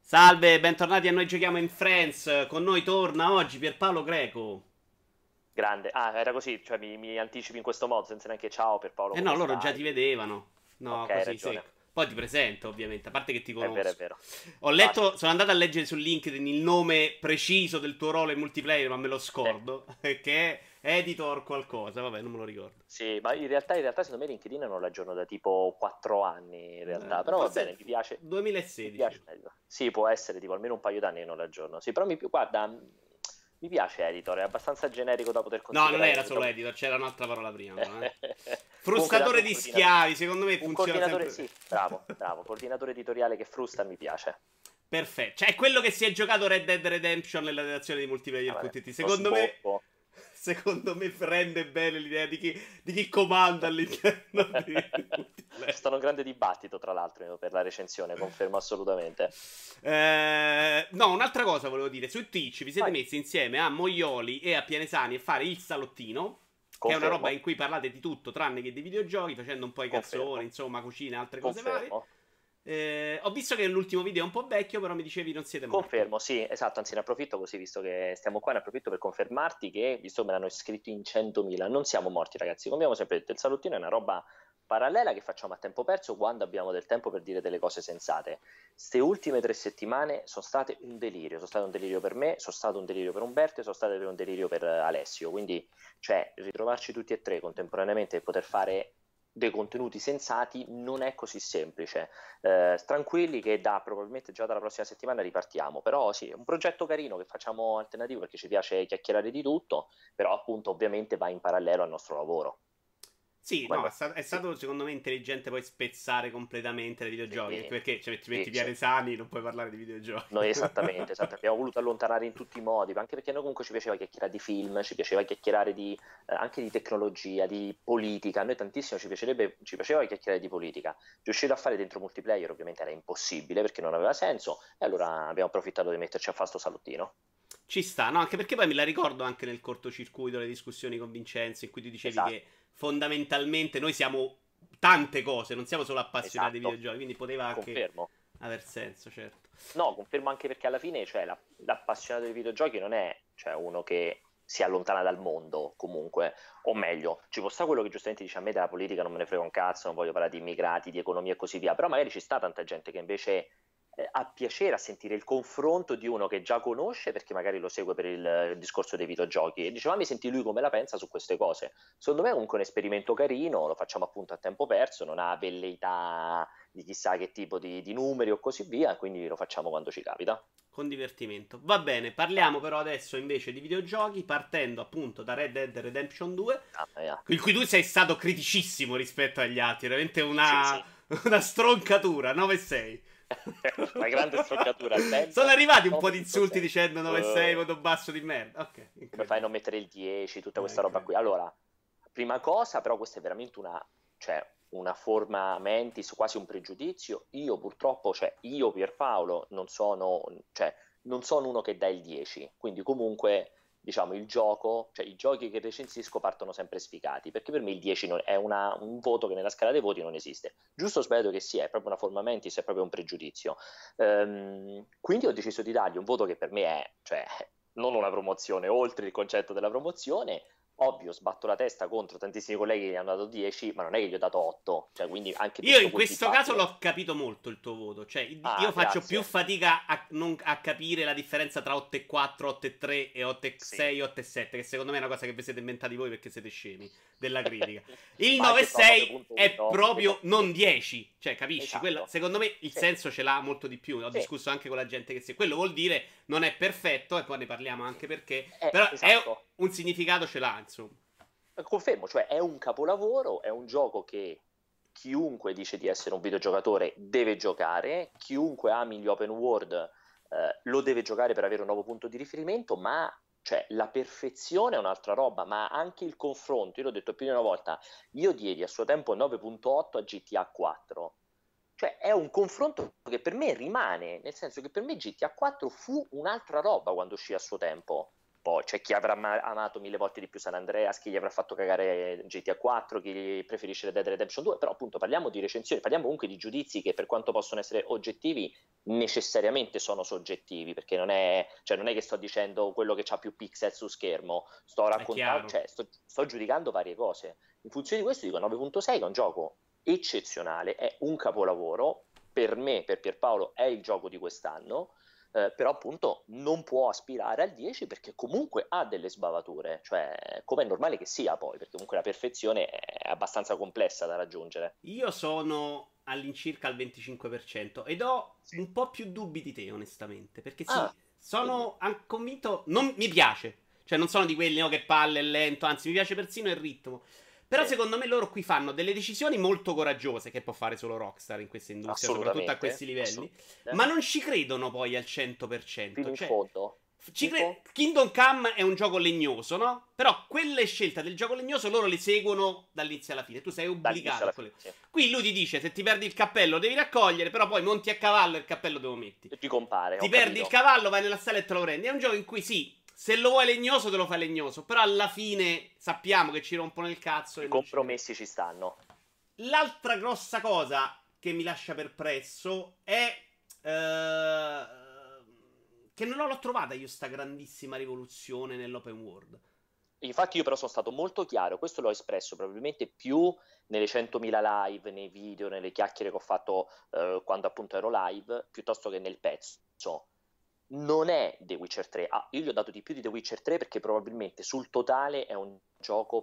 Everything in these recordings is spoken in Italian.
Salve, bentornati a Noi Giochiamo in Friends. Con noi torna oggi Pierpaolo Greco. Grande. Ah, era così, cioè mi anticipi in questo modo, senza neanche ciao per Paolo, Eh come no, loro già stai? ti vedevano. No, Ok, hai così ragione. secco. Poi ti presento, ovviamente, a parte che ti È vero, è conosco. vero. Ho Vai. letto, sono andato a leggere su LinkedIn il nome preciso del tuo ruolo in multiplayer, ma me lo Sì. scordo. Che è editor qualcosa, vabbè, non me lo ricordo. Sì, ma in realtà secondo me LinkedIn non l'aggiorno da tipo 4 anni in realtà, però va bene, Forse mi 2016. piace Editor. Sì, può essere tipo almeno un paio d'anni che non l'aggiorno. Sì, però guarda, mi piace Editor, è abbastanza generico da poter No, non considerare era come solo editor, c'era un'altra parola prima, però, eh. Comunque dato Frustatore di schiavi, secondo me un funziona coordinatore, sempre. sì, bravo, bravo, coordinatore editoriale che frusta mi piace. Perfetto, cioè è quello che si è giocato Red Dead Redemption nella redazione di Ah, vabbè, multiplayer.it. lo sbocco. Secondo me rende bene l'idea di chi comanda all'interno di C'è multiplayer. stato un grande dibattito, tra l'altro, per la recensione, confermo assolutamente. No, un'altra cosa volevo dire. Su Twitch vi siete Vai, messi insieme a Moioli e a Pianesani a fare il salottino, che è una roba confermo, in cui parlate di tutto tranne che di videogiochi, facendo un po' i cazzoni, confermo, insomma, cucina e altre cose varie. confermo. Ho visto che l'ultimo video è un po' vecchio, però mi dicevi non siete morti. Confermo, sì, esatto, anzi ne approfitto così, visto che stiamo qua, ne approfitto per confermarti che, visto che me l'hanno iscritto in 100.000, non siamo morti ragazzi, come abbiamo sempre detto, il salottino è una roba parallela che facciamo a tempo perso quando abbiamo del tempo per dire delle cose sensate. Ste ultime 3 settimane sono state un delirio, sono state un delirio per me, sono stato un delirio per Umberto e sono state un delirio per Alessio, quindi, cioè, ritrovarci tutti e tre contemporaneamente e poter fare dei contenuti sensati non è così semplice. Tranquilli che probabilmente già dalla prossima settimana ripartiamo, però sì, è un progetto carino che facciamo alternativo perché ci piace chiacchierare di tutto, però appunto ovviamente va in parallelo al nostro lavoro. Sì, no, Quello è sì, stato secondo me intelligente poi spezzare completamente dai videogiochi, anche sì, perché cioè, ti sì, metti sì. piede sani, non puoi parlare di videogiochi. Noi esattamente, esatto, abbiamo voluto allontanare in tutti i modi, anche perché a noi comunque ci piaceva chiacchierare di film, ci piaceva chiacchierare anche di tecnologia, di politica, a noi tantissimo ci piaceva chiacchierare di politica. Riuscire a fare dentro multiplayer ovviamente era impossibile perché non aveva senso e allora abbiamo approfittato di metterci a fare sto salottino. Ci sta, no? Anche perché poi me la ricordo anche nel cortocircuito, le discussioni con Vincenzo, in cui tu dicevi che Esatto, fondamentalmente noi siamo tante cose, non siamo solo appassionati di esatto, videogiochi, quindi poteva anche confermo. aver senso, certo. No, confermo anche perché alla fine, cioè, l'appassionato dei videogiochi non è, cioè, uno che si allontana dal mondo, comunque, o meglio, ci può stare quello che giustamente dice a me della politica non me ne frega un cazzo, non voglio parlare di immigrati, di economia e così via, però magari ci sta tanta gente che invece ha piacere a sentire il confronto di uno che già conosce perché magari lo segue per il discorso dei videogiochi e dice ma mi senti lui come la pensa su queste cose. Secondo me è comunque un esperimento carino, lo facciamo appunto a tempo perso, non ha velleità di chissà che tipo di numeri o così via, quindi lo facciamo quando ci capita. Con divertimento. Va bene, Vai. parliamo però adesso invece di videogiochi, partendo appunto da Red Dead Redemption 2, Mamma mia. in cui tu sei stato criticissimo rispetto agli altri, veramente Sì, una, sì. una stroncatura, 9-6. Una grande stroncatura al Sono tempo, arrivati un po' di insulti 9.6. dicendo 9-6, voto basso di merda. Ok, Come fai a incredibile. non mettere il 10, tutta questa roba qui? Incredibile. Allora, prima cosa, però questa è veramente cioè, una forma mentis, quasi un pregiudizio. Io purtroppo, cioè io Pierpaolo, cioè, non sono uno che dà il 10, quindi comunque, diciamo, cioè i giochi che recensisco partono sempre sfigati, perché per me il 10 è un voto che nella scala dei voti non esiste. Giusto o sbagliato che sia, è proprio una forma mentis, è proprio un pregiudizio. Quindi ho deciso di dargli un voto che per me è, cioè, non una promozione, oltre il concetto della promozione. Ovvio, sbatto la testa contro tantissimi colleghi che gli hanno dato 10, ma non è che gli ho dato 8, cioè quindi anche Io tutto in quel questo caso dibattito. l'ho capito molto il tuo voto, cioè io Ah, faccio più grazie. fatica a capire la differenza tra 8 e 4, 8 e 3 e 8 e Sì. 6, 8 e 7, che secondo me è una cosa che vi siete inventati voi perché siete scemi della critica. Il Ma anche Pro 9-6 è 9.1 e proprio non 9.2. 10, cioè capisci? Esatto. Secondo me il Sì, senso ce l'ha molto di più, ho sì, discusso anche con la gente che si... Quello vuol dire non è perfetto e poi ne parliamo anche perché, però è esatto. un significato ce l'ha, insomma. Confermo, cioè è un capolavoro, è un gioco che chiunque dice di essere un videogiocatore deve giocare, chiunque ami gli open world lo deve giocare per avere un nuovo punto di riferimento, ma cioè, la perfezione è un'altra roba, ma anche il confronto, io l'ho detto più di una volta, io diedi a suo tempo 9.8 a GTA 4, cioè è un confronto che per me rimane, nel senso che per me GTA 4 fu un'altra roba quando uscì a suo tempo. Poi c'è chi avrà amato 1000 volte di più San Andreas, chi gli avrà fatto cagare GTA 4, chi preferisce Red Dead Redemption 2, però appunto parliamo di recensioni, parliamo comunque di giudizi che per quanto possono essere oggettivi, necessariamente sono soggettivi, perché non è che sto dicendo quello che ha più pixel su schermo, sto raccontando, cioè sto giudicando varie cose. In funzione di questo dico 9.6, che è un gioco eccezionale, è un capolavoro, per me, per Pierpaolo, è il gioco di quest'anno. Però appunto non può aspirare al 10 perché comunque ha delle sbavature, cioè come è normale che sia poi, perché comunque la perfezione è abbastanza complessa da raggiungere. Io sono all'incirca al 25% ed ho un po' più dubbi di te, onestamente, perché sì, Ah, dimmi. sono convinto, non mi piace, cioè non sono di quelli che palle, è lento, anzi mi piace persino il ritmo. Però Sì, secondo me loro qui fanno delle decisioni molto coraggiose che può fare solo Rockstar in questa industria, soprattutto a assolutamente, questi livelli, ma assolutamente. non ci credono poi al 100%. Fino in Cioè, fondo, tipo? Kingdom Come è un gioco legnoso, no? Però quelle scelte del gioco legnoso loro le seguono dall'inizio alla fine. Tu sei Dall'inizio obbligato a alla fine, quelle. sì. Qui lui ti dice: se ti perdi il cappello, devi raccogliere. Però poi monti a cavallo e il cappello te lo metti. E ti compare, Ti ho perdi il capito. cavallo, vai nella sala e te lo prendi. È un gioco in cui sì, se lo vuoi legnoso, te lo fai legnoso. Però alla fine sappiamo che ci rompono il cazzo I e non ci crediamo. compromessi ci stanno. L'altra grossa cosa che mi lascia perplesso è che non l'ho trovata io sta grandissima rivoluzione nell'open world. Infatti io però sono stato molto chiaro, questo l'ho espresso probabilmente più nelle 100.000 live, nei video, nelle chiacchiere che ho fatto quando appunto ero live, piuttosto che nel pezzo. Non è The Witcher 3. Io gli ho dato di più di The Witcher 3 perché probabilmente sul totale è un gioco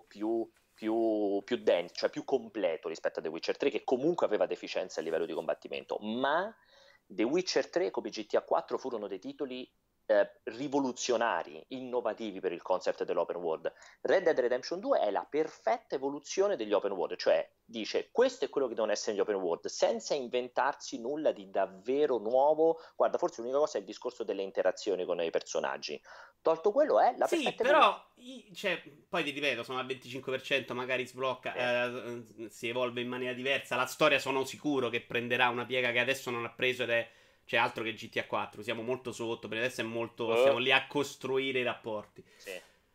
più denso, cioè più completo rispetto a The Witcher 3, che comunque aveva deficienze a livello di combattimento. Ma The Witcher 3 come GTA 4 furono dei titoli rivoluzionari, innovativi per il concept dell'open world. Red Dead Redemption 2 è la perfetta evoluzione degli open world, cioè dice questo è quello che devono essere gli open world, senza inventarsi nulla di davvero nuovo. Guarda, forse l'unica cosa è il discorso delle interazioni con i personaggi. Tolto quello è la Sì, perfetta evoluzione. però, cioè, poi ti ripeto, sono al 25%, magari sblocca, si evolve in maniera diversa. La storia sono sicuro che prenderà una piega che adesso non ha preso ed è, cioè, altro che GTA 4. Siamo molto sotto, per adesso è molto, stiamo lì a costruire i rapporti. Sì.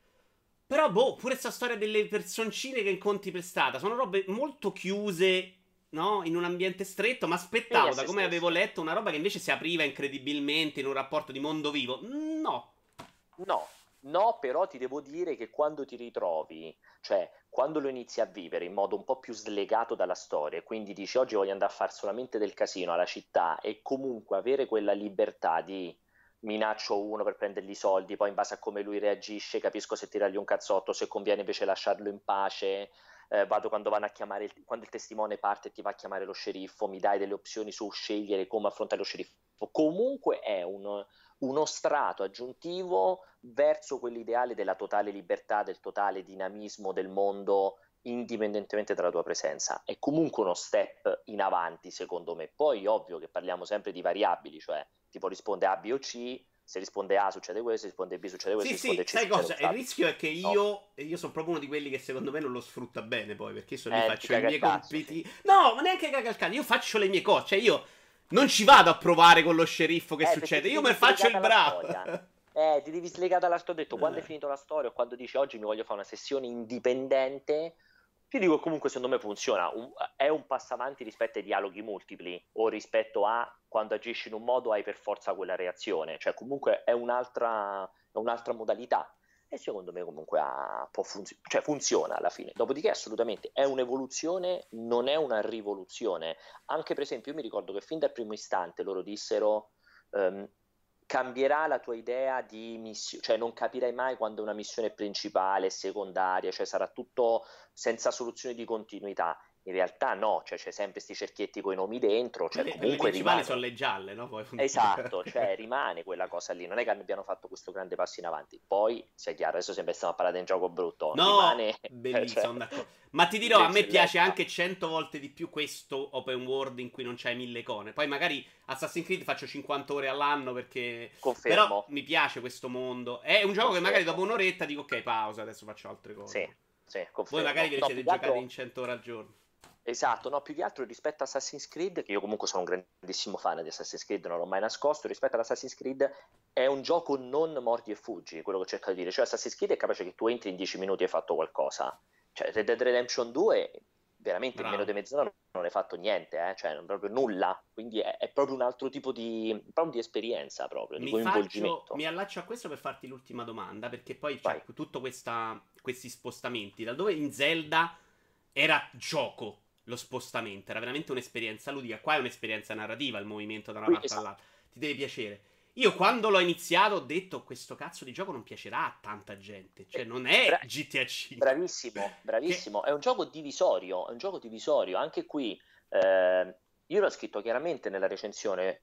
Però, boh, pure questa storia delle personcine che incontri per strada, sono robe molto chiuse, no? In un ambiente stretto, ma Fini a aspettavo, da se come avevo stessi. letto, una roba che invece si apriva incredibilmente in un rapporto di mondo vivo. No. No, no, però ti devo dire che quando ti ritrovi, cioè quando lo inizi a vivere in modo un po' più slegato dalla storia, quindi dici oggi voglio andare a fare solamente del casino alla città e comunque avere quella libertà di minaccio uno per prendergli i soldi, poi in base a come lui reagisce capisco se tirargli un cazzotto, se conviene invece lasciarlo in pace, vado quando vanno a chiamare, quando il testimone parte e ti va a chiamare lo sceriffo, mi dai delle opzioni su scegliere come affrontare lo sceriffo. Comunque è uno strato aggiuntivo verso quell'ideale della totale libertà, del totale dinamismo del mondo indipendentemente dalla tua presenza. È comunque uno step in avanti, secondo me. Poi, ovvio che parliamo sempre di variabili, cioè tipo risponde A, B o C, se risponde A succede questo, se risponde B succede questo, Sì, se risponde sì, C sai succede cosa? Il quest'altro. rischio è che No, io sono proprio uno di quelli che secondo me non lo sfrutta bene poi, perché io sono lì, ti faccio i caga il miei cazzo, sì. compiti. No, ma neanche caga il cane, io faccio le mie cose, cioè io non ci vado a provare con lo sceriffo che Perché succede, ti io devi me faccio slegare il dalla bravo. storia. Ti devi slegare dalla storia. Ho detto, quando è finita la storia o quando dici oggi mi voglio fare una sessione indipendente, ti dico comunque secondo me funziona. È un passo avanti rispetto ai dialoghi multipli o rispetto a quando agisci in un modo hai per forza quella reazione. Cioè comunque è un'altra modalità. E secondo me comunque cioè funziona alla fine. Dopodiché assolutamente è un'evoluzione, non è una rivoluzione. Anche per esempio io mi ricordo che fin dal primo istante loro dissero ehm, cambierà la tua idea di missione, cioè non capirai mai quando una missione è principale, secondaria, cioè sarà tutto senza soluzione di continuità. In realtà no, cioè c'è sempre questi cerchietti con i nomi dentro, cioè Quelle comunque principali sono rimane. le gialle, no? Poi Esatto, fondamentalmente. cioè rimane quella cosa lì, non è che abbiano fatto questo grande passo in avanti. Poi, sia chiaro, adesso sempre stiamo a parlare di un gioco brutto, No, rimane, bellissimo, cioè, sono d'accordo. Ma ti dirò, a me piace l'eccellenza. anche 100 volte di più questo open world in cui non c'hai 1000 icone. Poi magari Assassin's Creed faccio 50 ore all'anno perché... Però Confermo, mi piace questo mondo. È un gioco che magari dopo confermo. un'oretta dico ok, pausa, adesso faccio altre cose. Sì, sì, Voi magari confermo. ve li No, più siete che giocati altro in 100 ore al giorno. Esatto, no, più che altro rispetto a Assassin's Creed, che io comunque sono un grandissimo fan di Assassin's Creed, non l'ho mai nascosto, rispetto ad Assassin's Creed è un gioco non mordi e fuggi, quello che cerco di dire, cioè Assassin's Creed è capace che tu entri in 10 minuti e hai fatto qualcosa, cioè Red Dead Redemption 2 veramente in meno Bravo. di mezz'ora non hai fatto niente, cioè non proprio nulla, quindi è proprio un altro tipo proprio di esperienza proprio, di Mi coinvolgimento. allaccio a questo per farti l'ultima domanda, perché poi c'è Vai. tutto questi spostamenti, da dove in Zelda era gioco lo spostamento, era veramente un'esperienza ludica, qua è un'esperienza narrativa, il movimento da una Qui, parte esatto. all'altra, ti deve piacere. Io quando l'ho iniziato ho detto questo cazzo di gioco non piacerà a tanta gente, cioè non è Bra- GTA 5. Bravissimo, Che bravissimo. È un gioco divisorio, è un gioco divisorio. Anche qui, io l'ho scritto chiaramente nella recensione,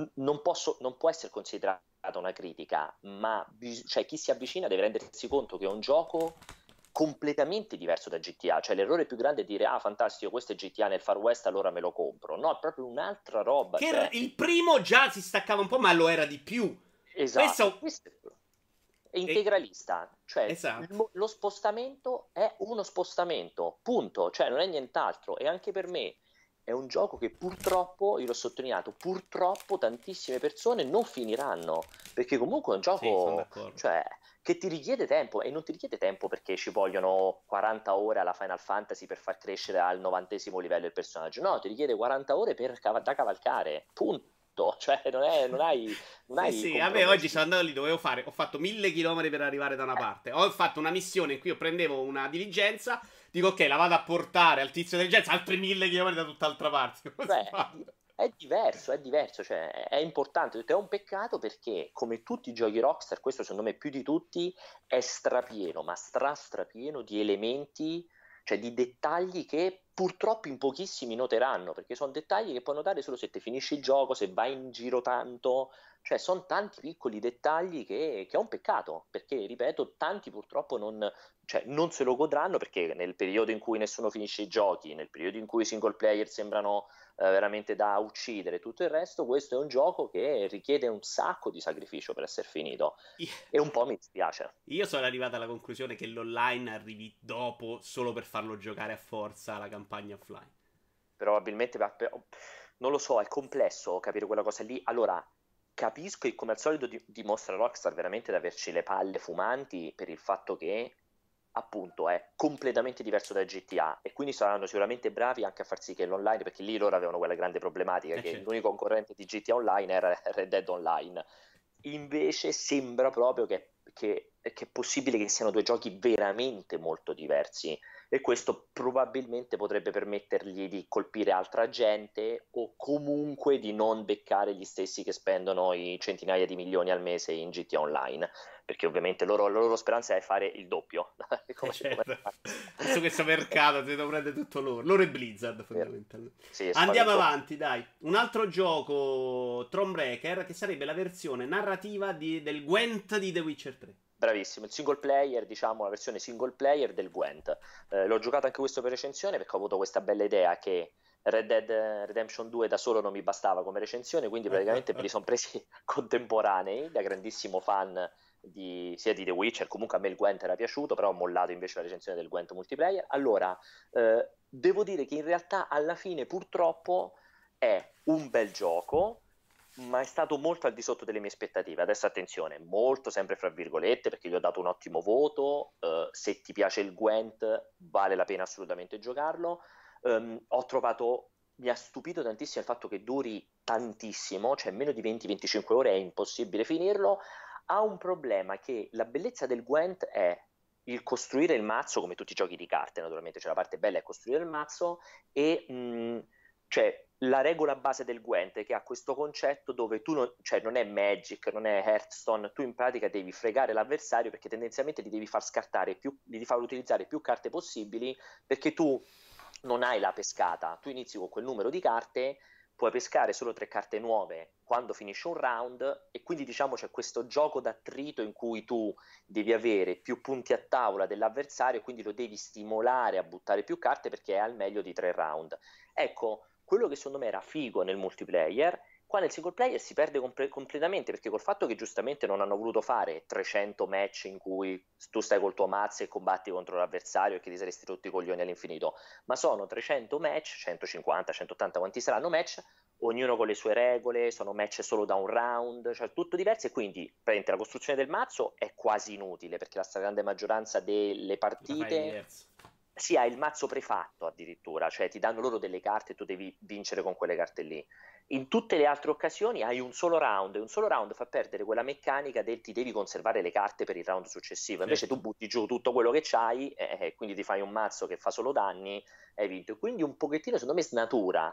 non può essere considerata una critica, ma cioè, chi si avvicina deve rendersi conto che è un gioco completamente diverso da GTA. Cioè, l'errore più grande è dire, ah, fantastico, questo è GTA nel Far West, allora me lo compro. No, è proprio un'altra roba. Cioè, il primo già si staccava un po', ma lo era di più. esatto, Questo questo è è integralista, cioè esatto. lo spostamento è uno spostamento, punto, cioè non è nient'altro e anche per me è un gioco che purtroppo, io l'ho sottolineato, purtroppo tantissime persone non finiranno, perché comunque è un Sì, sono gioco, d'accordo. cioè, che ti richiede tempo e non ti richiede tempo perché ci vogliono 40 ore alla Final Fantasy per far crescere al 90° livello il personaggio, no, ti richiede 40 ore da cavalcare, punto. Cioè non Sì, hai sì, vabbè, oggi compromessi. sono andato lì, ho fatto 1000 chilometri per arrivare da una parte. Ho fatto una missione in cui io prendevo una diligenza, dico ok, la vado a portare al tizio diligenza, altri 1000 chilometri da tutt'altra parte. Come si Cioè, fa? è diverso, cioè, è importante. Ho detto, è un peccato perché, come tutti i giochi Rockstar, questo secondo me più di tutti, è strapieno, ma strapieno di elementi, cioè di dettagli che purtroppo in pochissimi noteranno, perché sono dettagli che puoi notare solo se ti finisci il gioco, se vai in giro tanto, cioè sono tanti piccoli dettagli che è un peccato, perché, ripeto, tanti purtroppo non se lo godranno perché nel periodo in cui nessuno finisce i giochi, nel periodo in cui i single player sembrano veramente da uccidere tutto il resto, questo è un gioco che richiede un sacco di sacrificio per essere finito e un po' mi dispiace. Io sono arrivato alla conclusione che l'online arrivi dopo solo per farlo giocare a forza la campagna offline. Probabilmente, non lo so, è complesso capire quella cosa lì. Allora, capisco che come al solito dimostra Rockstar veramente di averci le palle fumanti per il fatto che appunto è completamente diverso da GTA e quindi saranno sicuramente bravi anche a far sì che l'online, perché lì loro avevano quella grande problematica che Certo. l'unico concorrente di GTA Online era Red Dead Online. Invece sembra proprio che è possibile che siano due giochi veramente molto diversi e questo probabilmente potrebbe permettergli di colpire altra gente o comunque di non beccare gli stessi che spendono i centinaia di milioni al mese in GTA Online, perché ovviamente la loro speranza è fare il doppio. Come Certo. Visto questo mercato, si prende tutto loro. Loro e Blizzard, vero. fondamentalmente. Sì, è Andiamo spaventoso. avanti, dai. Un altro gioco, Thronebreaker, che sarebbe la versione narrativa del Gwent di The Witcher 3. Bravissimo, il single player, diciamo la versione single player del Gwent. L'ho giocato anche questo per recensione perché ho avuto questa bella idea che Red Dead Redemption 2 da solo non mi bastava come recensione, quindi praticamente me li sono presi contemporanei da grandissimo fan sia di The Witcher, comunque a me il Gwent era piaciuto, però ho mollato invece la recensione del Gwent multiplayer. Allora, devo dire che in realtà alla fine purtroppo è un bel gioco, ma è stato molto al di sotto delle mie aspettative. Adesso attenzione, molto sempre fra virgolette, perché gli ho dato un ottimo voto. Se ti piace il Gwent, vale la pena assolutamente giocarlo. Mi ha stupito tantissimo il fatto che duri tantissimo, cioè meno di 20-25 ore è impossibile finirlo. Ha un problema che la bellezza del Gwent è il costruire il mazzo, come tutti i giochi di carte, naturalmente, cioè la parte bella è costruire il mazzo e cioè la regola base del Gwent è che ha questo concetto dove tu cioè non è Magic, non è Hearthstone, tu in pratica devi fregare l'avversario perché tendenzialmente gli devi far scartare gli devi far utilizzare più carte possibili perché tu non hai la pescata, tu inizi con quel numero di carte, puoi pescare solo 3 carte nuove quando finisce un round e quindi diciamo c'è questo gioco d'attrito in cui tu devi avere più punti a tavola dell'avversario e quindi lo devi stimolare a buttare più carte perché è al meglio di 3 round. Ecco, quello che secondo me era figo nel multiplayer Qua nel single player si perde completamente, perché col fatto che giustamente non hanno voluto fare 300 match in cui tu stai col tuo mazzo e combatti contro l'avversario e che ti saresti rotti i coglioni all'infinito, ma sono 300 match, 150, 180, quanti saranno match, ognuno con le sue regole, sono match solo da un round, cioè tutto diverso, e quindi praticamente la costruzione del mazzo è quasi inutile, perché la stragrande maggioranza delle La fai partite diversa. si ha il mazzo prefatto addirittura, cioè ti danno loro delle carte e tu devi vincere con quelle carte lì. In tutte le altre occasioni hai un solo round, e un solo round fa perdere quella meccanica del ti devi conservare le carte per il round successivo. Invece tu Certo. butti giù tutto quello che c'hai, e quindi ti fai un mazzo che fa solo danni e hai vinto. Quindi un pochettino, secondo me, snatura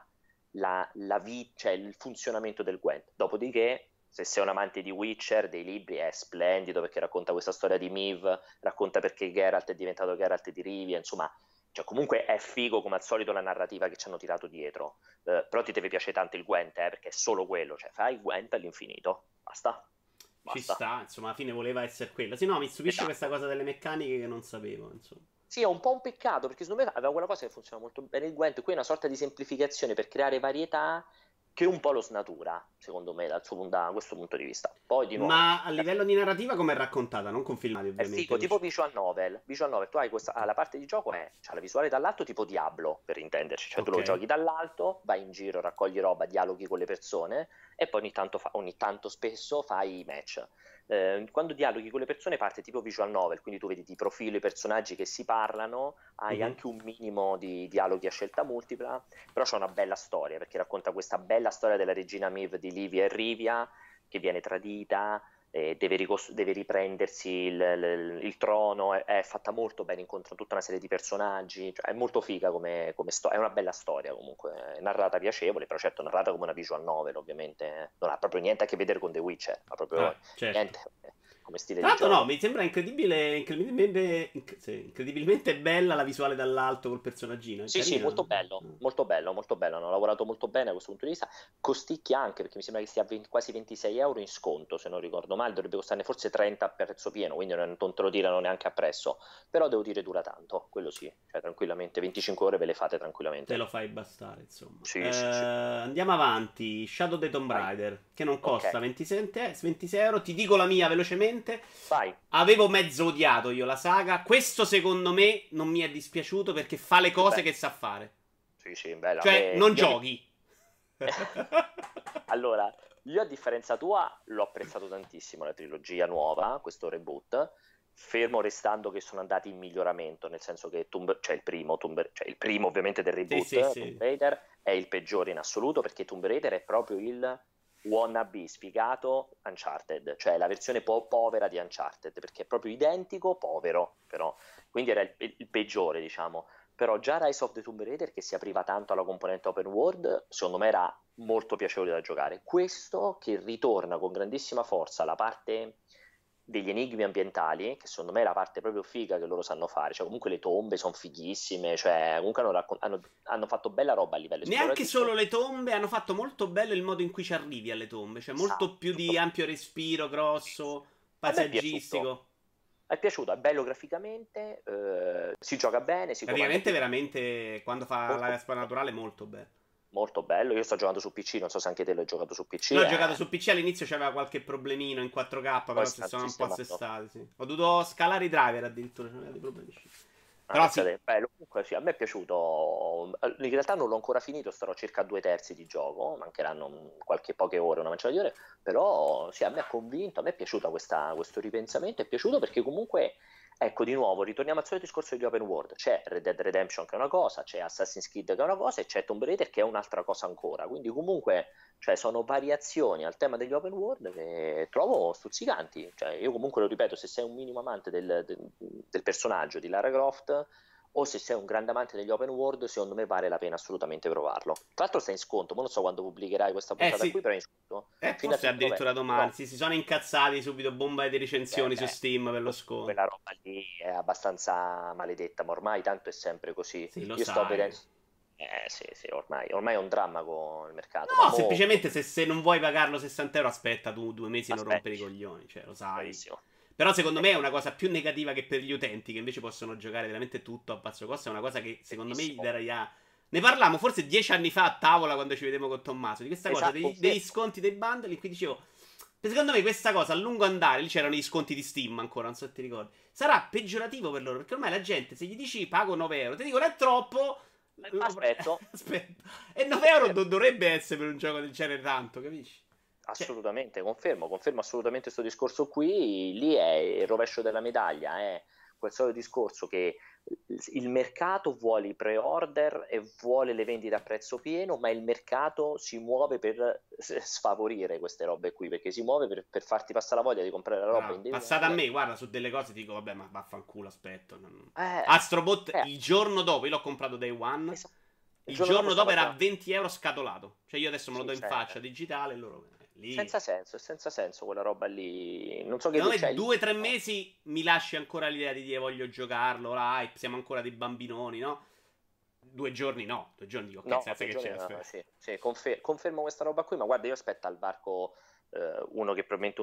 cioè il funzionamento del Gwent. Dopodiché, se sei un amante di Witcher, dei libri, è splendido, perché racconta questa storia di Miv, racconta perché Geralt è diventato Geralt di Rivia, insomma, cioè comunque è figo come al solito la narrativa che ci hanno tirato dietro. Però ti deve piacere tanto il Gwent, perché è solo quello, cioè fai Gwent all'infinito, basta, Ci basta. sta, insomma, alla fine voleva essere quella. Sì, no, mi stupisce questa Esatto. cosa delle meccaniche che non sapevo, insomma. Sì, è un po' un peccato, perché secondo me aveva quella cosa che funziona molto bene il Gwent, qui è una sorta di semplificazione per creare varietà che un po' lo snatura, secondo me, da questo punto di vista. Poi di nuovo, Ma a livello di narrativa come è raccontata? Non con filmati, è ovviamente. figo, tipo visual novel. Visual novel, tu hai questa, la parte di gioco c'ha la visuale dall'alto tipo Diablo, per intenderci, cioè tu Ok. lo giochi dall'alto, vai in giro, raccogli roba, dialoghi con le persone e poi ogni tanto spesso fai i match. Quando dialoghi con le persone parte tipo visual novel, quindi tu vedi di profilo i personaggi che si parlano, hai Mhm. anche un minimo di dialoghi a scelta multipla, però c'è una bella storia, perché racconta questa bella storia della regina Miv di Livia e Rivia, che viene tradita, deve riprendersi il trono, è fatta molto bene, incontra tutta una serie di personaggi, cioè è molto figa come storia, è una bella storia comunque, è narrata piacevole, però certo narrata come una visual novel, ovviamente non ha proprio niente a che vedere con The Witcher, ha proprio Ah, certo. niente come stile Tra di l'altro, no, gioco. mi sembra sì, incredibilmente bella la visuale dall'alto col personaggino. È Sì, sì, carina. molto bello, molto bello, molto bello. Hanno lavorato molto bene da questo punto di vista. Costicchia anche, perché mi sembra che stia a quasi 26 euro in sconto, se non ricordo male. Dovrebbe costarne forse 30 a prezzo pieno, quindi non te lo tirano neanche a prezzo. Però devo dire, dura tanto, quello sì. Cioè, tranquillamente, 25 ore ve le fate Te tranquillamente. lo fai bastare, insomma. Sì, sì, sì. Andiamo avanti. Shadow the Tomb Vai. Raider, che non Ok, costa 26 euro. Ti dico la mia velocemente. vai. Avevo mezzo odiato io la saga. Questo secondo me non mi è dispiaciuto perché fa le Più cose bello. che sa fare. Sì, sì, bella. A Cioè, me... non giochi. Allora, io a differenza tua l'ho apprezzato tantissimo la trilogia nuova, questo reboot, fermo restando che sono andati in miglioramento, nel senso che cioè il primo ovviamente del Sì, sì, reboot, Tomb sì. Raider, è il peggiore in assoluto, perché Tomb Raider è proprio il wannabe sfigato Uncharted, cioè la versione povera di Uncharted, perché è proprio identico, povero, però. Quindi era il peggiore, diciamo. Però già Rise of the Tomb Raider, che si apriva tanto alla componente open world, secondo me era molto piacevole da giocare. Questo che ritorna con grandissima forza alla parte degli enigmi ambientali, che secondo me è la parte proprio figa che loro sanno fare, cioè comunque le tombe sono fighissime, cioè comunque hanno fatto bella roba a livello Neanche esplorativo. solo le tombe hanno fatto molto bello il modo in cui ci arrivi alle tombe. Cioè, molto Esatto, più tutto di ampio respiro, grosso, a me è piaciuto. paesaggistico. È piaciuto, è bello graficamente, si gioca bene, si comanda Praticamente, più veramente, quando fa molto la spada naturale, molto bello. molto bello. Io sto giocando su PC, non so se anche te l'hai giocato su PC, L'ho giocato su PC all'inizio, c'aveva qualche problemino in 4K, poi però si stanno sono un po' sistemando. assestati. Sì. Ho dovuto scalare i driver addirittura, c'erano dei problemi. Ah, Però sì, pensate, bello, comunque sì, a me è piaciuto. In realtà non l'ho ancora finito, starò circa a 2/3 di gioco, mancheranno qualche poche ore, una manciata di ore, però sì, a me ha convinto, a me è piaciuta questo ripensamento, è piaciuto perché comunque, ecco, di nuovo, ritorniamo al solito discorso degli open world, c'è Red Dead Redemption che è una cosa, c'è Assassin's Creed che è una cosa e c'è Tomb Raider che è un'altra cosa ancora, quindi comunque, cioè, sono variazioni al tema degli open world che trovo stuzzicanti, cioè, io comunque lo ripeto, se sei un minimo amante del personaggio di Lara Croft o se sei un grande amante degli open world, secondo me vale la pena assolutamente provarlo. Tra l'altro sta in sconto, ma non so quando pubblicherai questa eh puntata qui, sì, però è in sconto fino al forse 30 addirittura novembre. domani. No, Sì, si sono incazzati subito, bomba di recensioni su beh, Steam per lo sconto. quella roba lì è abbastanza maledetta, ma ormai tanto è sempre così. Sì, lo Io sto sai. vedendo... sì, sì, ormai è un dramma con il mercato, ma No, mo... semplicemente se non vuoi pagarlo 60 euro, aspetta tu 2 mesi e non rompere i Aspetti, coglioni, cioè, lo sai. bravissimo. Però secondo me è Ecco, una cosa più negativa che per gli utenti che invece possono giocare veramente tutto a basso costo. È una cosa che secondo me gli bellissimo. darà Ne parlammo forse 10 anni fa a tavola quando ci vedevamo con Tommaso di questa cosa Esatto, degli sconti dei bundle. In cui dicevo, secondo me questa cosa a lungo andare, lì c'erano gli sconti di Steam ancora, non so se ti ricordi, sarà peggiorativo per loro. Perché ormai la gente, se gli dici pago 9 euro, ti dicono è troppo. aspetto. Aspetta. E 9 euro non dovrebbe essere per un gioco del genere tanto, capisci? Cioè, Assolutamente, confermo assolutamente questo discorso qui, lì è il rovescio della medaglia, è quel solito discorso che il mercato vuole i pre-order e vuole le vendite a prezzo pieno, ma il mercato si muove per sfavorire queste robe qui, perché si muove per farti passare la voglia di comprare la roba passata a individuale. me, guarda, su delle cose dico, vabbè, ma vaffanculo, aspetto. Eh, Astrobot, eh, il giorno dopo, io l'ho comprato day one, il il giorno dopo giorno dopo stava era già... a 20 euro scatolato. Cioè io adesso me lo Sì, do in faccia, digitale, e loro... Lì... senza senso quella roba lì. Non so che Secondo c'è me lì. 2 o 3 mesi mi lasci ancora l'idea di dire voglio giocarlo, la hype, siamo ancora dei bambinoni, no? 2 giorni no, 2 giorni dico, ok, No, senza che giorni, c'è, no, aspetta. sì, sì, confermo questa roba qui, ma guarda, io aspetto al varco uno che probabilmente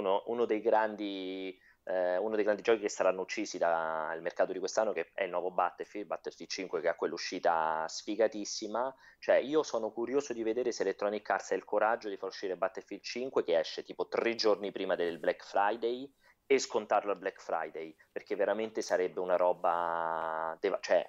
uno dei grandi giochi che saranno uccisi dal mercato di quest'anno, che è il nuovo Battlefield 5, che ha quell'uscita sfigatissima. Cioè, io sono curioso di vedere se Electronic Arts ha il coraggio di far uscire Battlefield 5, che esce tipo 3 giorni prima del Black Friday, e scontarlo al Black Friday, perché veramente sarebbe una roba, cioè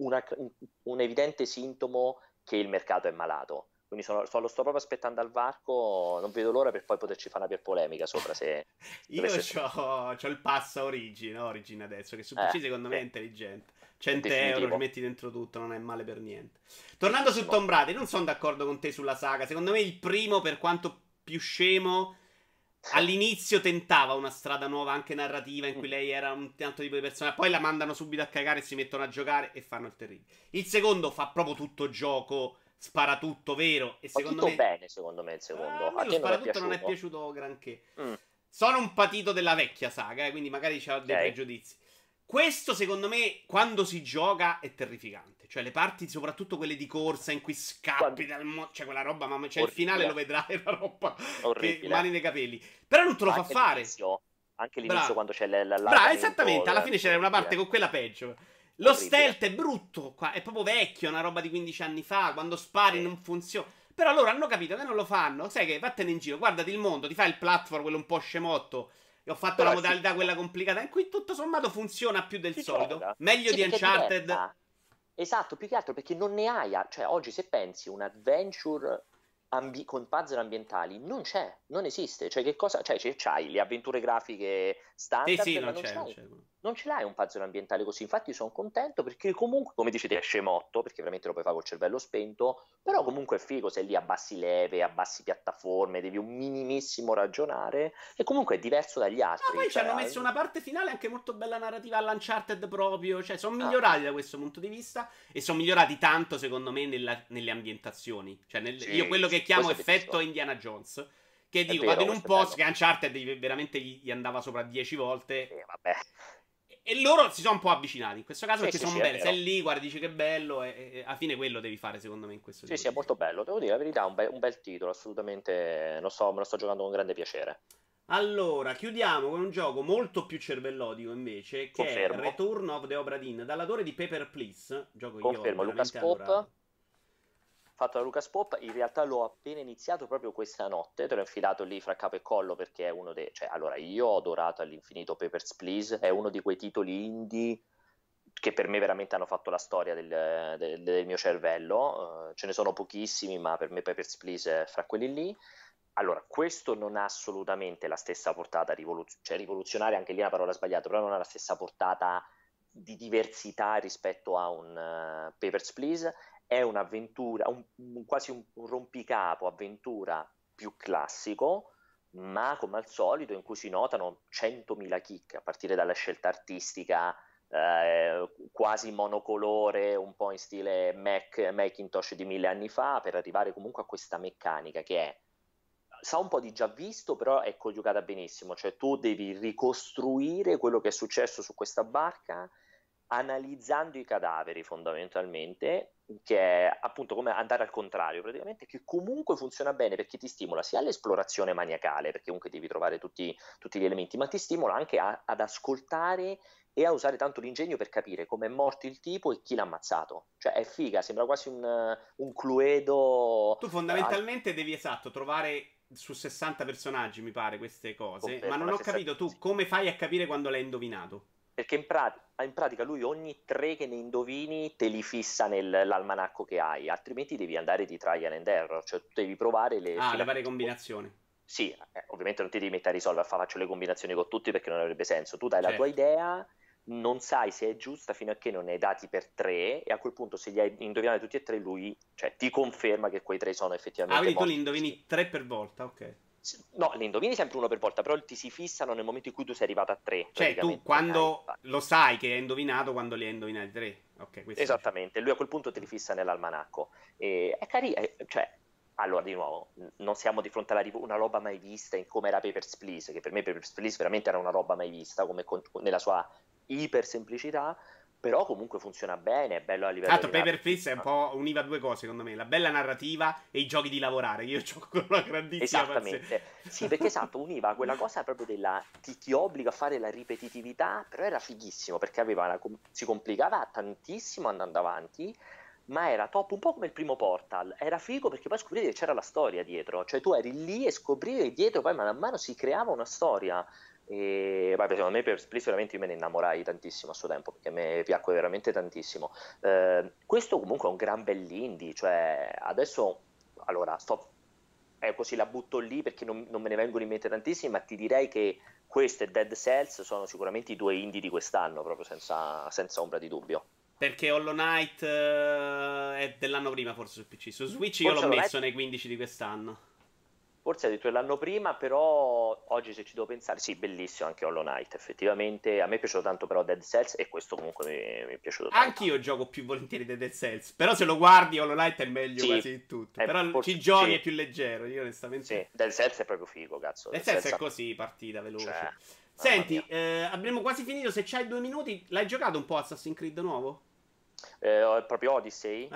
un evidente sintomo che il mercato è malato. Quindi lo sto proprio aspettando al varco, non vedo l'ora per poi poterci fare una polemica sopra se Io dovesse essere. c'ho il pass Origin adesso, che su Eh, PC secondo me sì, è intelligente. è 100 euro, ci definitivo. metti dentro tutto, non è male per niente. Tornando su Fighissimo. Tomb Raider, non sono d'accordo con te sulla saga. Secondo me il primo, per quanto più scemo, all'inizio tentava una strada nuova anche narrativa in cui lei era un altro tipo di persona. Poi la mandano subito a cagare e si mettono a giocare e fanno il terribile. Il secondo fa proprio tutto gioco, spara tutto vero. E Fa secondo tutto me bene, secondo me, il a secondo. me A lo te non è sparatutto non è piaciuto? piaciuto granché. Mm, Sono un patito della vecchia saga, quindi magari ho dei ok. pregiudizi. Questo, secondo me, quando si gioca è terrificante. Cioè, le parti, soprattutto quelle di corsa in cui scappi Quando- dal mondo. Cioè, quella roba, mamma. Cioè, il finale lo Orribile, vedrai, è una roba che orribile. mani nei capelli. Però non te lo Ma fa fare. anche l'inizio Bravo. quando c'è Bravo, l'allargamento, esattamente. Alla fine c'era una parte orribile, con quella peggio. Lo orribile. stealth è brutto. Qua. È proprio vecchio, una roba di 15 anni fa. Quando spari Sì. non funziona. Però loro hanno capito che non lo fanno. Sai che vattene in giro, guardati il mondo, ti fai il platform, quello un po' scemotto. E ho fatto la Però è modalità figo. quella complicata, in cui tutto sommato funziona più del Si solito. gioca. Meglio Sì, di perché è Uncharted. diversa. Esatto, più che altro perché non ne hai, cioè oggi se pensi un adventure con puzzle ambientali non c'è, non esiste, cioè che cosa, cioè c'hai le avventure grafiche Sì, standard, sì, ma non c'è, non c'è. non ce l'hai un puzzle ambientale così. Infatti sono contento perché comunque, come dici te, è scemotto, perché veramente lo puoi fare col cervello spento, però comunque è figo se lì abbassi leve, abbassi piattaforme, devi un minimissimo ragionare, e comunque è diverso dagli Ma altri, poi ci cioè hanno messo una parte finale anche molto bella narrativa all'Uncharted proprio. Cioè, sono ah, migliorati da questo punto di vista. E sono migliorati tanto, secondo me, nelle ambientazioni. Cioè, io sì, quello che sì, chiamo questo è effetto bellissimo. Indiana Jones. Che È dico, vado vero, in un questo è posto bello. che Uncharted veramente gli andava sopra 10 Sì, volte. vabbè. E loro si sono un po' avvicinati in questo caso Sì, perché sì, sono sì, è belli. vero. Sei lì, guardi, dici che bello. E alla fine quello devi fare, secondo me, in questo Sì, tipo sì, è di molto gioco. bello. Devo dire la verità, un bel titolo, assolutamente. Me lo sto giocando con grande piacere. Allora, chiudiamo con un gioco molto più cervellotico invece, che è Confermo. Return of the Obra Dinn, dallatore di Paper Please, gioco che io ho Confermo. Lucas veramente Pop, adorato. fatto da Lucas Pop. In realtà l'ho appena iniziato proprio questa notte. Te l'ho infilato lì fra capo e collo perché è uno dei. Cioè, allora, io ho adorato all'infinito Papers, Please. È uno di quei titoli indie che per me veramente hanno fatto la storia del mio cervello. Ce ne sono pochissimi, ma per me Papers, Please è fra quelli lì. Allora, questo non ha assolutamente la stessa portata cioè rivoluzionaria, anche lì è una parola sbagliata, però non ha la stessa portata di diversità rispetto a un Papers, Please. È un'avventura, quasi un rompicapo avventura più classico, ma come al solito in cui si notano 100.000 chicche, a partire dalla scelta artistica quasi monocolore, un po' in stile Macintosh di 1000 anni fa, per arrivare comunque a questa meccanica che sa un po' di già visto, però è coniugata benissimo, cioè tu devi ricostruire quello che è successo su questa barca analizzando i cadaveri fondamentalmente, che è appunto come andare al contrario, praticamente, che comunque funziona bene perché ti stimola sia all'esplorazione maniacale, perché comunque devi trovare tutti gli elementi, ma ti stimola anche ad ascoltare e a usare tanto l'ingegno per capire come è morto il tipo e chi l'ha ammazzato. Cioè è figa, sembra quasi un Cluedo. Tu fondamentalmente devi, esatto, trovare su 60 personaggi, mi pare, queste cose. Ma Confermo, non la ho stessa capito sì. tu come fai a capire quando l'hai indovinato. Perché in pratica lui ogni tre che ne indovini te li fissa nell'almanacco che hai, altrimenti devi andare di trial and error, cioè tu devi provare Ah, fino le a varie combinazioni. sì, ovviamente non ti devi mettere a risolvere, faccio le combinazioni con tutti perché non avrebbe senso. Tu dai la tua Certo. idea, non sai se è giusta fino a che non ne hai dati per tre, e a quel punto se li hai indovinati tutti e tre, lui, cioè, ti conferma che quei tre sono Ah, effettivamente quindi tu li morti così. indovini 3 per volta, ok. No, li indovini sempre uno per volta, però ti si fissano nel momento in cui tu sei arrivato a tre, Cioè, tu praticamente ne hai quando lo sai che hai indovinato quando li hai indovinati 3. Ok, questo dice. esattamente, lui a quel punto te li fissa nell'almanacco. E è carino, cioè, allora di nuovo, non siamo di fronte alla una roba mai vista in come era Papers, Please, che per me Papers, Please veramente era una roba mai vista, come nella sua iper semplicità, però comunque funziona bene, è bello a Tra livello l'altro, di Paper narrativa. Please è un po' univa due cose, secondo me: la bella narrativa e i giochi di lavorare. Che io gioco con una grandissima pazienza. Esattamente, sì, perché esatto, univa quella cosa proprio ti obbliga a fare la ripetitività, però era fighissimo perché si complicava tantissimo andando avanti, ma era top, un po' come il primo Portal. Era figo perché poi scoprivi che c'era la storia dietro, cioè tu eri lì e scoprivi che dietro poi mano a mano si creava una storia. E vabbè, secondo me per Split veramente io me ne innamorai tantissimo a suo tempo perché mi piacque veramente tantissimo. Questo comunque è un gran bell'indie, cioè adesso allora così la butto lì perché non me ne vengono in mente tantissimi, ma ti direi che questo e Dead Cells sono sicuramente i due indie di quest'anno, proprio senza ombra di dubbio. Perché Hollow Knight è dell'anno prima, forse su PC. Su Switch io l'ho Forse Hollow messo Knight nei 15 di quest'anno. Forse addirittura l'anno prima, però oggi se ci devo pensare, sì, bellissimo anche Hollow Knight, effettivamente. A me è piaciuto tanto però Dead Cells e questo comunque mi è piaciuto tanto. Anch'io gioco più volentieri di Dead Cells. Però se lo guardi, Hollow Knight è meglio Sì, quasi di tutto. Però ci giochi sì, è più leggero. Io onestamente. sì, Dead Cells è proprio figo, cazzo. Dead Dead Cells è Cells, così, partita veloce. cioè, mamma mia. Senti, abbiamo quasi finito. Se c'hai 2 minuti, l'hai giocato un po' Assassin's Creed nuovo? Proprio Odyssey?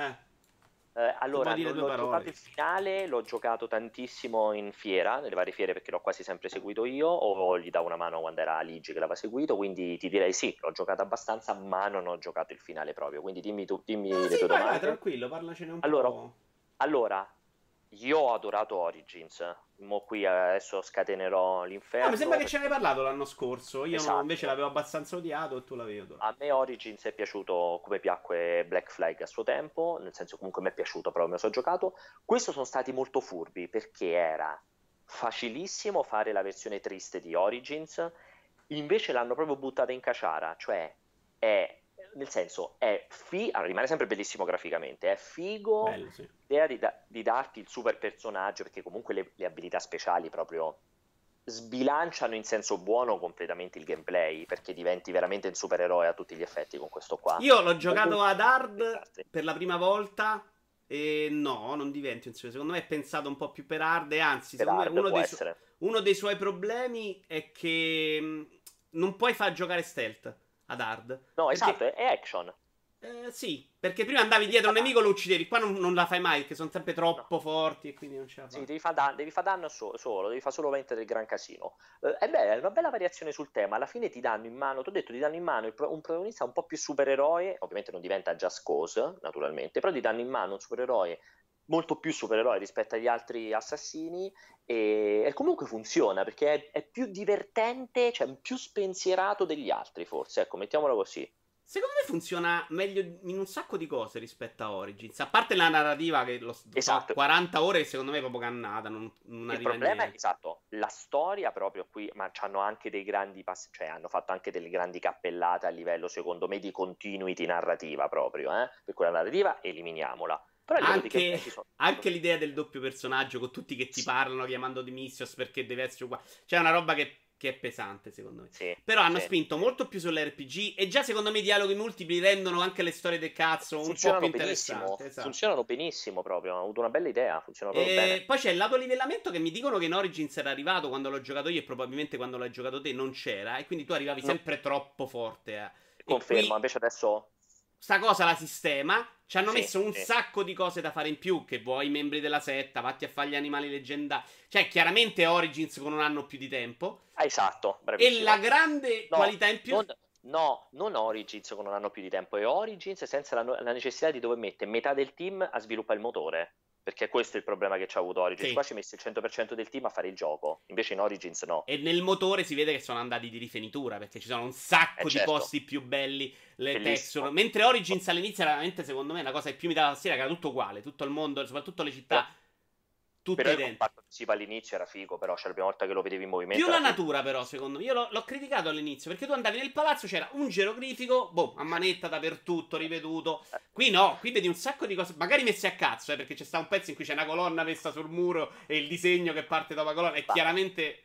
Se vuoi Allora, dire non due l'ho parole. giocato il finale, l'ho giocato tantissimo in fiera, nelle varie fiere perché l'ho quasi sempre seguito io, o gli davo una mano quando era Ligi che l'aveva seguito, quindi ti direi sì, l'ho giocato abbastanza, ma non ho giocato il finale proprio, quindi dimmi Ah, le sì, tue vai, domande. tranquillo, parlacene un Allora, po'. allora, io ho adorato Origins, mo qui adesso scatenerò No, mi sembra l'inferno, che ce ne hai parlato l'anno scorso. Io invece esatto. l'avevo abbastanza odiato e tu l'avevi adorato. A me Origins è piaciuto come piacque Black Flag a suo tempo, nel senso comunque mi è piaciuto, però me lo so giocato. Questo sono stati molto furbi perché era facilissimo fare la versione triste di Origins, invece l'hanno proprio buttata in caciara, cioè è, nel senso allora, rimane sempre bellissimo graficamente, è figo Bello, sì. l'idea di darti il super personaggio perché comunque le abilità speciali proprio sbilanciano in senso buono completamente il gameplay perché diventi veramente un supereroe a tutti gli effetti con questo qua. Io l'ho giocato Molto ad hard disastri. per la prima volta e no, non diventi un suo. Secondo me è pensato un po' più per hard e anzi, Per secondo me hard può essere. uno dei suoi problemi è che non puoi far giocare stealth ad hard. No, esatto, Perché è action. sì, perché prima andavi Devi dietro un fare nemico danno. lo uccidevi, qua non la fai mai perché sono sempre No. troppo forti e quindi non ce la Sì, fai. devi fare danno solo, devi fare solo veramente del gran casino. È bella, è una bella variazione sul tema. Alla fine ti danno in mano, ti ho detto, ti danno in mano un protagonista un po' più supereroe, ovviamente non diventa Just Cause, naturalmente, però ti danno in mano un supereroe molto più supereroe rispetto agli altri assassini e comunque funziona perché è più divertente, cioè più spensierato degli altri, forse, ecco, mettiamolo così. Secondo me funziona meglio in un sacco di cose rispetto a Origins. A parte la narrativa che so, Esatto. 40 ore che secondo me è proprio cannata, non Il arriva a problema è, niente. esatto, la storia proprio qui, ma hanno anche dei grandi passi, cioè hanno fatto anche delle grandi cappellate a livello, secondo me, di continuity narrativa proprio, per quella narrativa eliminiamola. Però a livello di Anche, gameplay ci sono. anche l'idea del doppio personaggio con tutti che ti Sì, parlano chiamando Dimissios perché deve essere uguale. C'è una roba che è pesante, secondo me. sì, Però hanno sì. spinto molto più sull'RPG e già secondo me i dialoghi multipli rendono anche le storie del cazzo un po' più interessanti. Esatto. Funzionano benissimo proprio, hanno avuto una bella idea, funzionano proprio E bene. poi c'è il lato livellamento che mi dicono che in Origins era arrivato quando l'ho giocato io e probabilmente quando l'hai giocato te non c'era. E quindi tu arrivavi No, sempre troppo forte. E confermo, qui invece adesso sta cosa la sistema. Ci hanno Sì, messo un sì. sacco di cose da fare in più. Che vuoi, i membri della setta, vatti a fare gli animali leggendari. Cioè, chiaramente Origins con un anno più di tempo. Esatto, E la bravissimo. grande No, qualità in più. non, no, non Origins con un anno più di tempo, è Origins senza la necessità di dover mettere metà del team a sviluppare il motore. Perché questo è il problema che ci ha avuto Origins. Qua Sì. ci ha messo il 100% del team a fare il gioco, invece in Origins no. E nel motore si vede che sono andati di rifinitura. Perché ci sono un sacco di Certo, posti più belli. Le texture. bellissimo. Mentre Origins all'inizio era veramente, secondo me, la cosa che più mi dava la sera. Che era tutto uguale. Tutto il mondo, soprattutto le Però, città. Tutte però il identiche. comparto visivo all'inizio era figo, però cioè, la prima volta che lo vedevi in Più movimento la era figo. natura, però, secondo me. Io l'ho criticato all'inizio. Perché tu andavi nel palazzo, c'era un geroglifico, boh, a manetta dappertutto, riveduto. Qui no, qui vedi un sacco di cose, magari messe a cazzo, perché c'è sta un pezzo in cui c'è una colonna messa sul muro e il disegno che parte da una colonna. E Ma, chiaramente.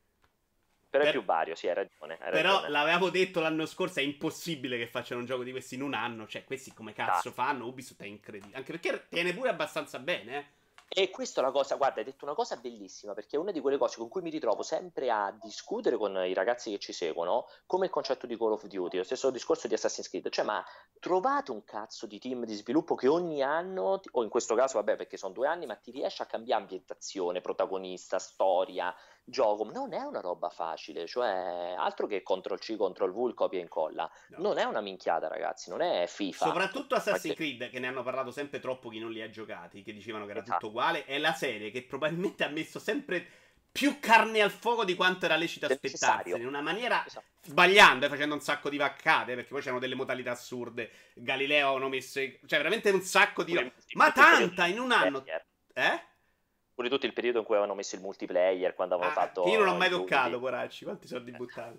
però è per- più vario, sì, hai ragione, hai Però ragione. l'avevamo detto l'anno scorso, è impossibile che facciano un gioco di questi in un anno. Cioè, questi come Ah, cazzo fanno? Ubisoft è incredibile. Anche perché tiene pure abbastanza bene, eh. e questa è la cosa, guarda, hai detto una cosa bellissima, perché è una di quelle cose con cui mi ritrovo sempre a discutere con i ragazzi che ci seguono, come il concetto di Call of Duty, lo stesso discorso di Assassin's Creed, cioè ma trovate un cazzo di team di sviluppo che ogni anno, o in questo caso vabbè perché sono 2 anni, ma ti riesce a cambiare ambientazione, protagonista, storia, gioco, non è una roba facile, cioè altro che Ctrl-C, Ctrl-V, il copia e incolla, No. non è una minchiata ragazzi, non è FIFA, Soprattutto ma Assassin's che... Creed, che ne hanno parlato sempre troppo chi non li ha giocati, che dicevano che era tutto Esatto, uguale, è la serie che probabilmente ha messo sempre più carne al fuoco di quanto era lecito del aspettarsene, necessario, in una maniera esatto. sbagliando, facendo un sacco di vaccate, perché poi c'erano delle modalità assurde. Galileo hanno messo, cioè veramente un sacco di Pure ma tutto il periodo tanta in un anno. multiplayer. Eh? Pure tutto il periodo in cui avevano messo il multiplayer, quando avevano Che io non ho fatto mai gli toccato, ultimi. poracci, quanti soldi buttati.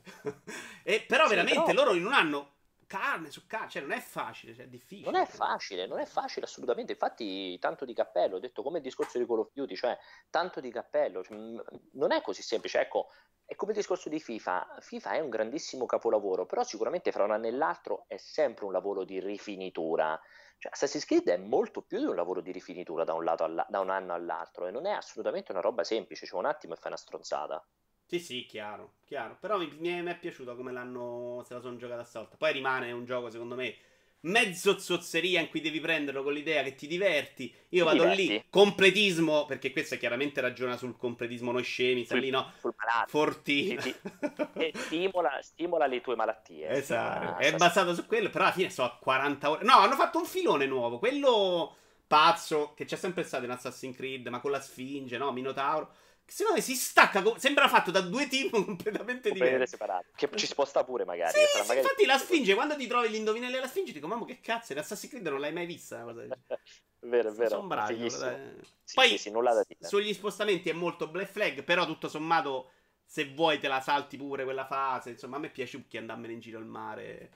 Però Sì, veramente però loro in un anno carne su carne, cioè non è facile, cioè è non è difficile. facile, non è facile assolutamente. Infatti, tanto di cappello, ho detto come il discorso di Call of Duty, cioè tanto di cappello, cioè, non è così semplice. Ecco, è come il discorso di FIFA. FIFA è un grandissimo capolavoro, però sicuramente fra un anno e l'altro è sempre un lavoro di rifinitura. Cioè, Assassin's Creed è molto più di un lavoro di rifinitura da un lato da un anno all'altro e non è assolutamente una roba semplice, cioè un attimo e fai una stronzata. Sì, sì, chiaro, chiaro. Però mi è piaciuto come se la sono giocata stavolta. Poi rimane un gioco, secondo me, mezzo zozzeria in cui devi prenderlo con l'idea che ti diverti. Io Ti vado lì, diverti? completismo, perché questo chiaramente ragiona sul completismo, noi scemi, sta sul, lì, no? sul malato. Fortino. E stimola le tue malattie. Esatto, è Assassin's basato su quello, però alla fine so a 40 ore. No, hanno fatto un filone nuovo, quello pazzo, che c'è sempre stato in Assassin's Creed, ma con la Sfinge, no? Minotauro. Che secondo me si stacca, sembra fatto da due team completamente completamente diversi. separati. Che ci sposta pure Sì, magari, che sarà sì, magari... infatti la Sfinge, quando ti trovi l'indovinello della Sfinge, dico, mamma che cazzo, in Assassin's Creed non l'hai mai vista una cosa del genere. Vero, è Sono vero, bravi, fighissimo. Sì, sì, Poi, sì, nulla da dire. sugli spostamenti è molto Black Flag, però tutto sommato, se vuoi te la salti pure quella fase, insomma, a me piace più che andarmene in giro al mare.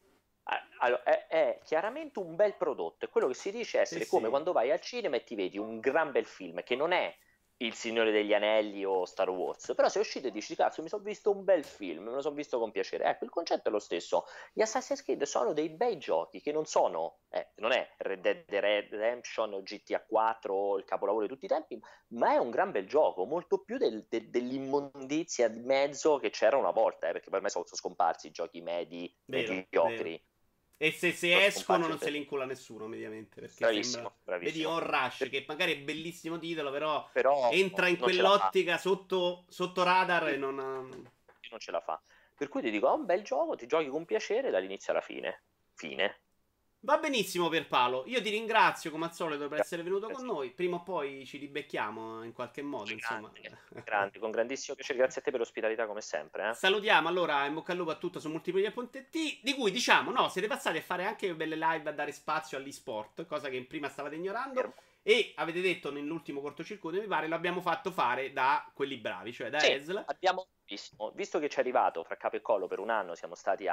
Allora, è chiaramente un bel prodotto, è quello che si dice Sì, essere come sì. quando vai al cinema e ti vedi un gran bel film, che non è Il Signore degli Anelli o Star Wars, però sei uscito e dici, cazzo, mi sono visto un bel film, me lo sono visto con piacere. Ecco, il concetto è lo stesso. Gli Assassin's Creed sono dei bei giochi che non sono, non è Red Dead Redemption o GTA 4 o il capolavoro di tutti i tempi, ma è un gran bel gioco, molto più dell'immondizia di mezzo che c'era una volta, perché per me sono scomparsi i giochi Vero, vero. mediocri. E se Sono escono scomparsi non se li completamente. incula nessuno, mediamente, perché sembra. Bravissimo, Vedi bravissimo. On Rush, Per- che magari è bellissimo titolo, però però entra in non ce la fa. quell'ottica sotto radar e Sì, non. non ce la fa. Per cui ti dico, è un bel gioco, ti giochi con piacere dall'inizio alla fine. Fine. Va benissimo per Paolo. Io ti ringrazio come al solito per essere venuto con Grazie. noi. Prima o poi ci ribecchiamo in qualche modo, insomma. Grande, grande, con grandissimo piacere. Grazie a te per l'ospitalità come sempre. Salutiamo allora, in bocca al lupo a tutto su multiplayer.it, di cui diciamo, no, siete passati a fare anche belle live a dare spazio all'esport, cosa che prima stavate ignorando, Fermo. e avete detto nell'ultimo cortocircuito, mi pare, l'abbiamo fatto fare da quelli bravi, cioè da Sì, Esl. abbiamo visto che ci è arrivato fra capo e collo per un anno, siamo stati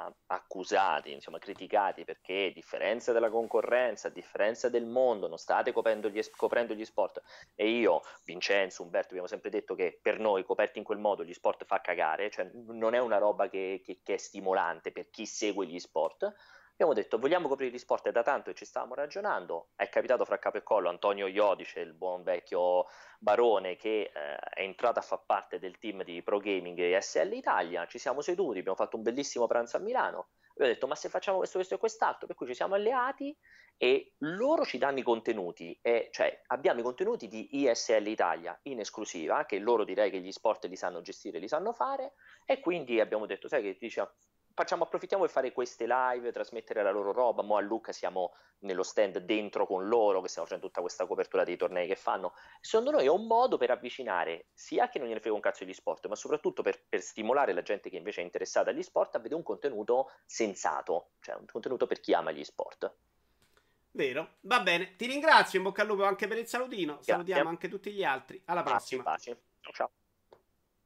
accusati, insomma, criticati perché a differenza della concorrenza, a differenza del mondo, non state coprendo gli sport. E io, Vincenzo, Umberto, abbiamo sempre detto che per noi, coperti in quel modo, gli sport fa cagare, cioè non è una roba che è stimolante per chi segue gli sport. Abbiamo detto vogliamo coprire gli sport, è da tanto che ci stavamo ragionando, è capitato fra capo e collo Antonio Iodice, il buon vecchio barone che è entrato a far parte del team di Pro Gaming e SL Italia, ci siamo seduti, abbiamo fatto un bellissimo pranzo a Milano, Io ho detto, ma se facciamo questo, questo e quest'altro, per cui ci siamo alleati e loro ci danno i contenuti, cioè abbiamo i contenuti di ISL Italia in esclusiva, che loro direi che gli sport li sanno gestire, li sanno fare, e quindi abbiamo detto, sai che diciamo, approfittiamo per fare queste live, trasmettere la loro roba. Mo a Lucca siamo nello stand dentro con loro, che stiamo facendo tutta questa copertura dei tornei che fanno. Secondo noi è un modo per avvicinare sia chi non gliene frega un cazzo degli sport, ma soprattutto per stimolare la gente che invece è interessata agli sport a vedere un contenuto sensato, cioè un contenuto per chi ama gli sport. Vero? Va bene, ti ringrazio, in bocca al lupo anche per il salutino. Salutiamo Grazie, anche tutti gli altri. Alla baci, prossima. baci. Ciao, ciao.